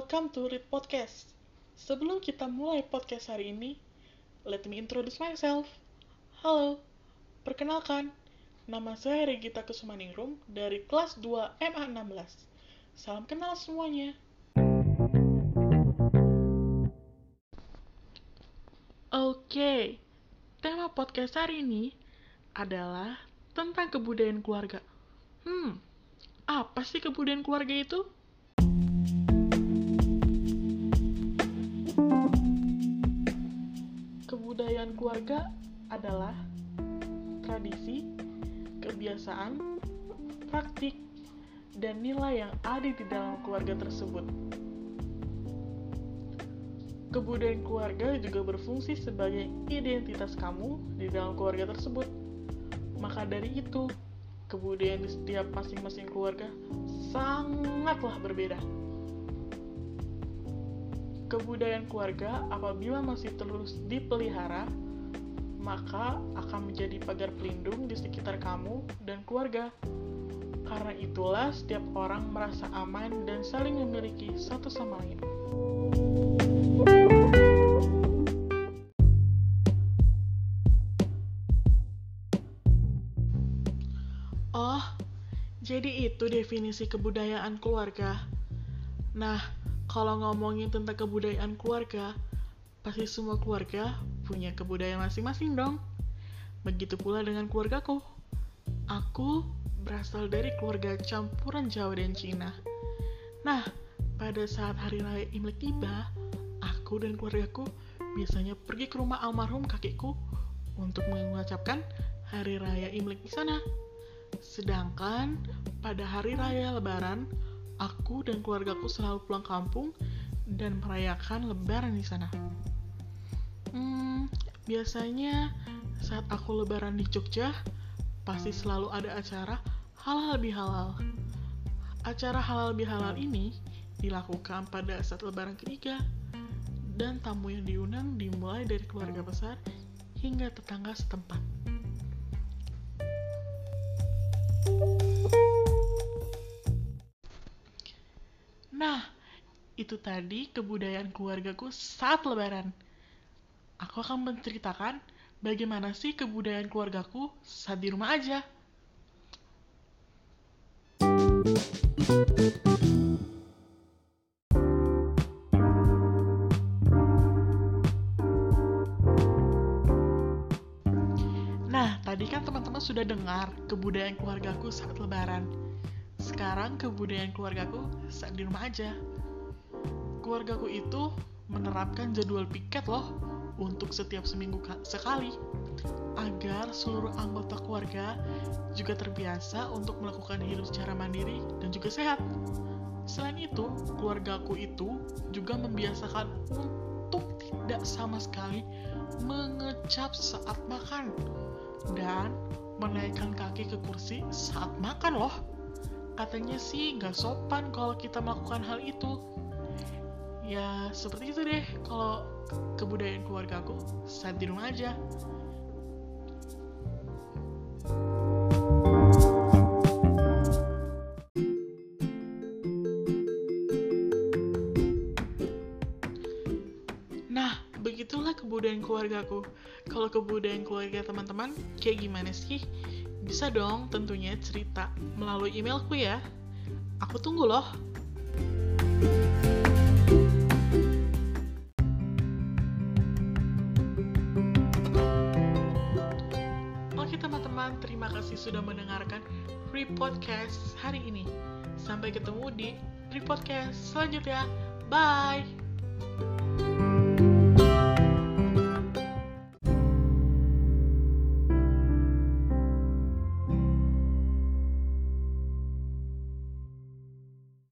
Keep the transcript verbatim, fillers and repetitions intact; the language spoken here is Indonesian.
welcome to Read Podcast. Sebelum kita mulai podcast hari ini, let me introduce myself. Halo, perkenalkan, nama saya Regita Kusumaningrum dari kelas dua M A enam belas. Salam kenal semuanya. Oke, tema podcast hari ini adalah tentang kebudayaan keluarga. Hmm, apa sih kebudayaan keluarga itu? Kebudayaan keluarga adalah tradisi, kebiasaan, praktik, dan nilai yang ada di dalam keluarga tersebut. Kebudayaan keluarga juga berfungsi sebagai identitas kamu di dalam keluarga tersebut. Maka dari itu, kebudayaan di setiap masing-masing keluarga sangatlah berbeda. Kebudayaan keluarga apabila masih terus dipelihara, maka akan menjadi pagar pelindung di sekitar kamu dan keluarga. Karena itulah setiap orang merasa aman dan saling memiliki satu sama lain. Oh, jadi itu definisi kebudayaan keluarga. Nah, kalau ngomongin tentang kebudayaan keluarga, pasti semua keluarga punya kebudayaan masing-masing dong. Begitu pula dengan keluargaku. Aku berasal dari keluarga campuran Jawa dan Cina. Nah, pada saat hari raya Imlek tiba, aku dan keluargaku biasanya pergi ke rumah almarhum kakekku untuk mengucapkan hari raya Imlek di sana. Sedangkan pada hari raya Lebaran, aku dan keluargaku selalu pulang kampung dan merayakan Lebaran di sana. Hmm, biasanya saat aku Lebaran di Jogja, pasti selalu ada acara halal bihalal. Acara halal bihalal ini dilakukan pada saat Lebaran ketiga, dan tamu yang diundang dimulai dari keluarga besar hingga tetangga setempat. Nah, itu tadi kebudayaan keluargaku saat Lebaran. Aku akan menceritakan bagaimana sih kebudayaan keluargaku saat di rumah aja. Nah, tadi kan teman-teman sudah dengar kebudayaan keluargaku saat Lebaran. Sekarang kebudayaan keluargaku saat di rumah aja. Keluargaku itu menerapkan jadwal piket loh untuk setiap seminggu sekali, agar seluruh anggota keluarga juga terbiasa untuk melakukan hidup secara mandiri dan juga sehat. Selain itu, keluargaku itu juga membiasakan untuk tidak sama sekali mengecap saat makan dan menaikkan kaki ke kursi saat makan loh. Katanya sih nggak sopan kalau kita melakukan hal itu. Ya, seperti itu deh kalau kebudayaan keluarga aku saat di rumah aja. Nah, begitulah kebudayaan keluargaku. Kalau kebudayaan keluarga teman-teman, kayak gimana sih? Bisa dong tentunya cerita melalui emailku ya. Aku tunggu loh. Oke teman-teman, terima kasih sudah mendengarkan Read Podcast hari ini. Sampai ketemu di Read Podcast selanjutnya. Bye!